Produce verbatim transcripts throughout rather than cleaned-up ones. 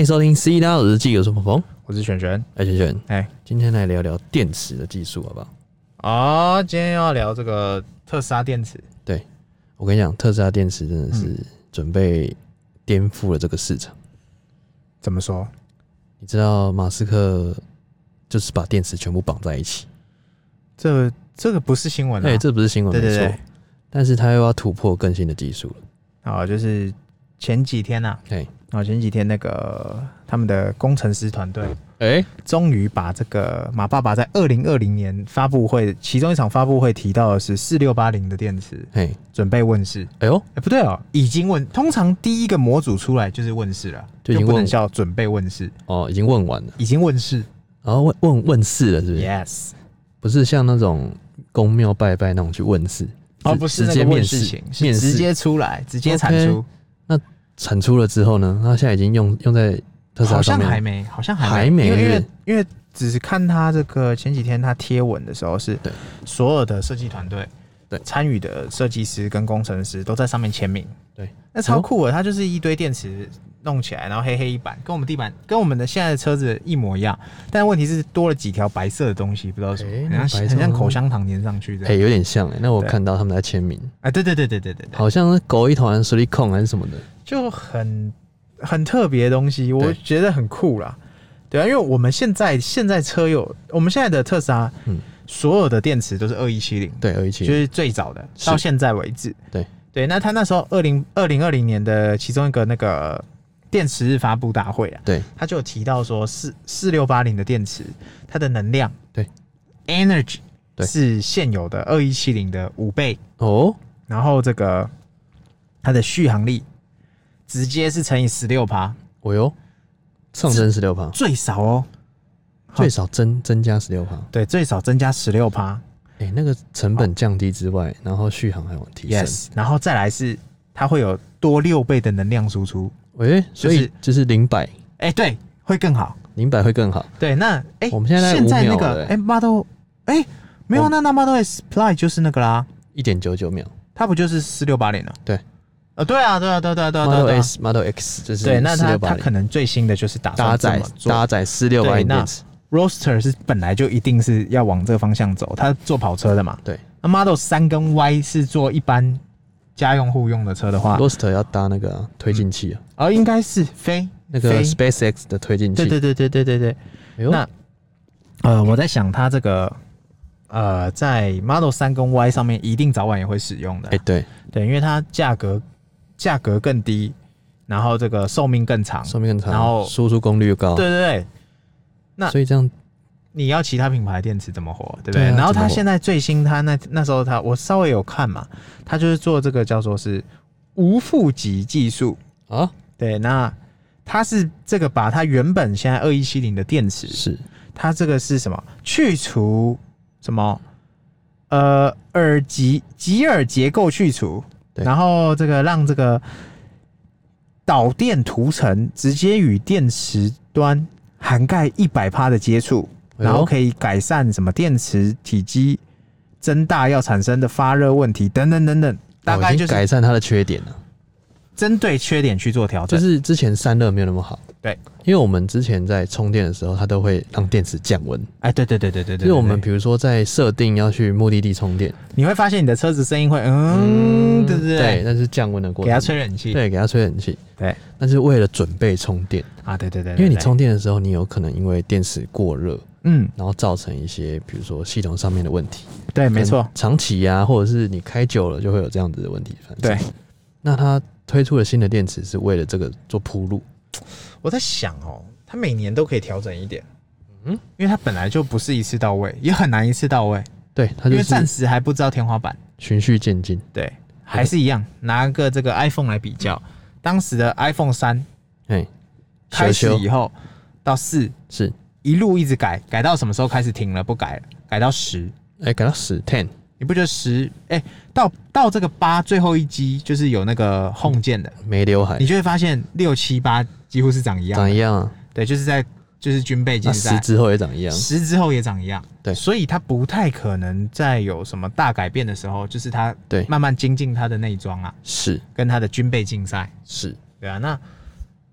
迎收听《C 大日记》，我是鹏鹏， 我是璇璇。 哎，璇璇， 哎， 今天来聊聊电池的技术，好不好？ 哦，今天要聊这个特斯拉电池。 对，我跟你讲，特斯拉电池真的是准备颠覆了这个市场。 怎么说？ 你知道马斯克就是把电池全部绑在一起， 这这个不是新闻啊， 哎，这不是新闻，没错。但是他又要突破更新的技术了。 哦，就是前几天啊， 哎， 哦，前几天那个他们的工程师团队， 哎， 终于把这个马爸爸在二零二零年发布会其中一场发布会提到的是四六八零的电池，哎，准备问世。 哎呦， 哎，不对哦，已经问。通常第一个模组出来就是问世了，就已经不能叫准备问世。 哦，已经问完了， 已经问世， 然后问问问世了，是不是 ？Yes， 不是像那种宫庙拜拜那种去问世。 哦，不是直接面试，是直接出来，直接产出。 Okay, 那产出了之后呢？那现在已经用用在特斯拉上面， 好像还没，好像还没， 还没， 因为因为因为只是看他这个前几天他贴文的时候是，所有的设计团队，对参与的设计师跟工程师都在上面签名，对，那超酷的，它就是一堆电池弄起来，然后黑黑一板，跟我们地板跟我们的现在的车子一模一样，但问题是多了几条白色的东西，不知道什么，欸、很像很像口香糖粘上去的， 哎、欸，有点像哎、欸。那我看到他们在签名， 哎，对对对对对对， 好像是狗一团水力控还是什么的， 就很很特别的东西，我觉得很酷啦。对啊，因为我们现在现在车有我们现在的特斯拉，嗯，所有的电池都是二一七零， 对，二一七零就是最早的，到现在为止， 对对。那他那时候二零二零二零年的其中一个那个电池日发布大会啊， 对， 他就有提到说四四六八零的电池，它的能量， 对 ，energy 是现有的二一七零的五倍哦， 然后这个它的续航力直接是乘以十六趴， 哦哟。上升十六趴， 最少哦， 最少增增加十六趴， 对，最少增加十六趴。 哎，那个成本降低之外，然后续航还有提升， yes, 然后再来是它会有多六倍的能量输出， 哎，所以就是零百， 哎，对，会更好， 零百会更好。 对，那哎， 我们现在现在那个哎 Model， 哎，没有，那那 Model S Plaid 就是那个啦， 一点九九秒， 它不就是四六八零了？ 对。 呃，对啊，对啊，对啊，对啊，对啊 ，Model S、Model X 就是对，那它它可能最新的就是打搭载搭载四六八零电池。 Roadster 是本来就一定是要往这个方向走，它做跑车的嘛。 对。 那 Model 三跟 Y 是做一般家用户用的车的话 ，Roadster 要搭那个、啊、推进器啊。 哦、嗯，应该是飞那个 SpaceX 的推进器。 对对对对对对对。那呃，我在想它这个呃，在 Model 三跟 Y 上面一定早晚也会使用的。 哎、欸，对对，因为它价格。价格更低，然后这个寿命更长， 寿命更长， 然后输出功率又高， 对对对。那所以这样， 你要其他品牌电池怎么活，对不对？对啊、然后它现在最新，它那那时候它我稍微有看嘛，它就是做这个叫做是无负极技术啊。对，那它是这个把它原本现在二一七零的电池是它这个是什么？去除什么？呃，耳极极耳结构去除。然后这个让这个导电涂层直接与电池端涵盖 百分之百 的接触，然后可以改善什么电池体积增大要产生的发热问题等等等等，大概就是改善它的缺点了， 针对缺点去做调整。 就是之前散热没有那么好， 对， 因为我们之前在充电的时候，它都会让电池降温。 哎，对对对对对对， 就是我们比如说在设定要去目的地充电， 你会发现你的车子声音会嗯，对不对？ 对，那是降温的过程， 给它吹冷气， 对，给它吹冷气， 对。 那是为了准备充电啊，对对 对, 对, 对， 因为你充电的时候，你有可能因为电池过热， 嗯， 然后造成一些比如说系统上面的问题。 对，没错， 长期啊，或者是你开久了就会有这样子的问题。 对， 那它推出了新的电池是为了这个做铺路。 我在想哦，它每年都可以调整一点，嗯，因为它本来就不是一次到位，也很难一次到位。 对，它就是因为暂时还不知道天花板， 循序渐进。 对，还是一样，拿个这个 iPhone 来比较，当时的 iPhone 三，哎，开始以后到四是一路一直改，改到什么时候开始停了不改了？改到十， 哎，改到十 ten。 你不觉得十？哎、欸，到到这个八最后一机就是有那个 Home 键的没刘海， 你就会发现六七八几乎是长一样， 长一样啊。 对，就是在就是军备竞赛， 十之后也长一样， 十之后也长一样。 对， 所以它不太可能在有什么大改变的时候，就是它对慢慢慢精进它的内装啊， 是跟它的军备竞赛是， 对啊。那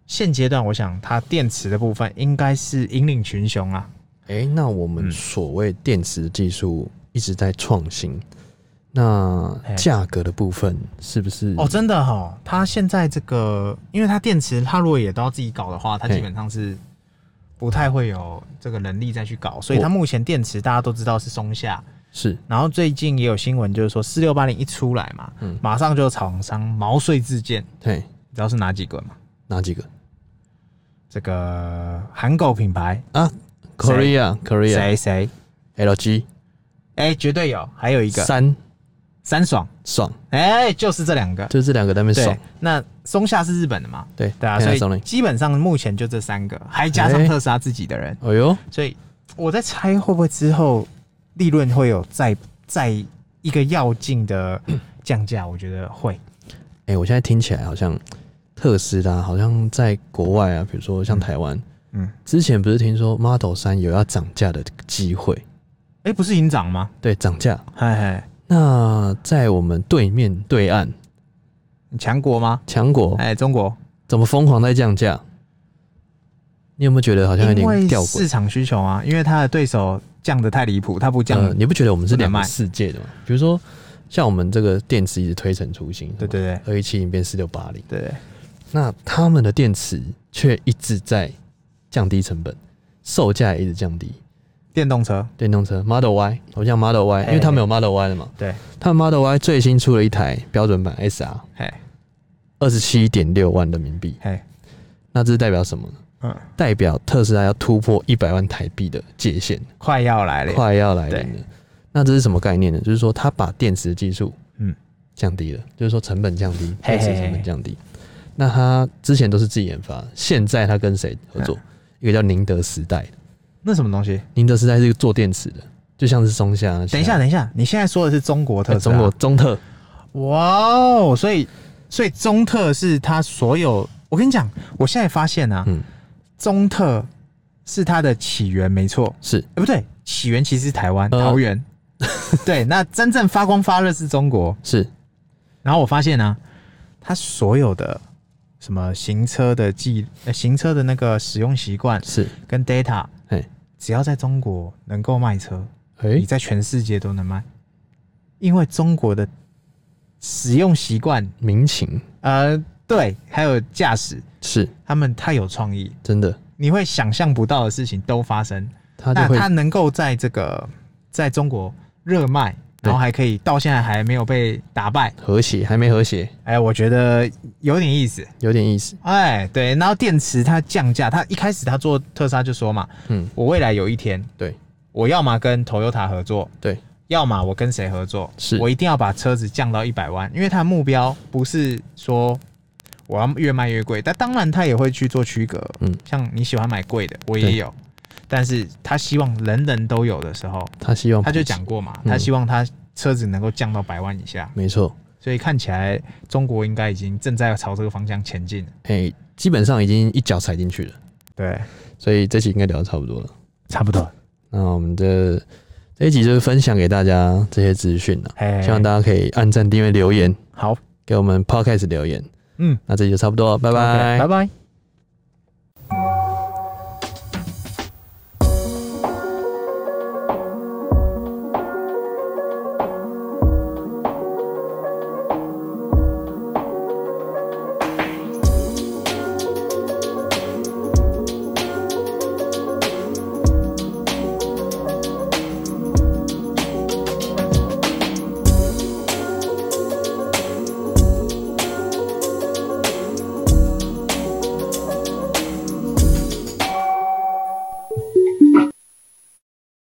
现阶段我想它电池的部分应该是引领群雄啊。 哎、欸，那我们所谓电池的技术一直在创新，嗯、那价格的部分是不是？ 哦，真的哈、哦，它现在这个，因为它电池，它如果也都要自己搞的话，它基本上是不太会有这个能力再去搞，所以它目前电池大家都知道是松下。 是， 然后最近也有新闻，就是说四六八零一出来嘛，嗯，马上就有厂商毛遂自荐。 对， 你知道是哪几个吗？ 哪几个？ 这个韩狗品牌啊 ，Korea Korea 谁谁 L G， 哎、欸，绝对有，还有一个三三爽爽， 哎、欸，就是这两个， 就是这两个在那边爽。 那松下是日本的嘛？ 对对啊，所以基本上目前就这三个，还加上特斯拉自己的人。 哎呦， 所以我在猜会不会之后利润会有再再一个要进的降价？我觉得会。 哎、欸，我现在听起来好像特斯拉好像在国外啊，比如说像台湾，嗯，嗯之前不是听说 Model 三有要涨价的机会？ 哎、欸，不是已经涨吗？ 对，涨价。 嗨嗨， 那在我们对面对岸， 强国吗？ 强国， 哎、欸，中国怎么疯狂在降价？你有没有觉得好像有点吊诡？ 市场需求啊，因为他的对手降得太离谱，他不降、呃， 你不觉得我们是两个世界的吗？比如说，像我们这个电池一直推陈出新， 对对对， 二一七零变四六八零， 对对。 那他们的电池却一直在降低成本，售价也一直降低。 电动车， 电动车 Model Y， 我讲 Model Y， 因为他们有 Model Y 了嘛。 对， 他们 Model Y 最新出了一台标准版 S R， 二十七点六万人民币。那这是代表什么呢？嗯，代表特斯拉要突破一百万台币的界限， 快要来了， 快要来临了。那这是什么概念呢？就是说，他把电池技术嗯降低了，就是说成本降低，电池成本降低。那他之前都是自己研发，现在他跟谁合作？一个叫宁德时代的。 那什么东西？ 宁德时代是一个做电池的，就像是松下。 等一下，等一下，你现在说的是中国特斯拉？ 中国中特。 哇哦，所以所以中特是它所有。我跟你讲，我现在发现啊，嗯，中特是它的起源，没错， 是， 欸、不对，起源其实是台湾、呃、桃园。对，那真正发光发热是中国， 是。 然后我发现啊，它所有的什么行车的记、呃、行车的那个使用习惯是跟 data， 只要在中国能够卖车，你在全世界都能卖，因为中国的使用习惯、 民情， 呃，对，还有驾驶， 是他们太有创意， 真的， 你会想象不到的事情都发生。 他就会那他能够在这个在中国热卖，然后还可以到现在还没有被打败， 和谐还没和谐， 哎，我觉得有点意思， 有点意思， 哎，对。然后电池它降价，它一开始它做特斯拉就说嘛，嗯，我未来有一天， 对， 我要么跟 Toyota 合作， 对， 要么我跟谁合作， 是我一定要把车子降到一百万，因为它的目标不是说我要越卖越贵，但当然他也会去做区隔，嗯，像你喜欢买贵的，我也有。但是他希望人人都有的时候， 他希望他就讲过嘛，嗯、他希望他车子能够降到百万以下。 没错， 所以看起来中国应该已经正在朝这个方向前进了。 哎、欸，基本上已经一脚踩进去了。 对， 所以这期应该聊得差不多了。 差不多。 那我们的这一集就是分享给大家这些资讯了，希望大家可以按赞、订阅、留言， 好， 给我们 Podcast 留言。 嗯， 那这集就差不多了，拜拜， okay, 拜拜。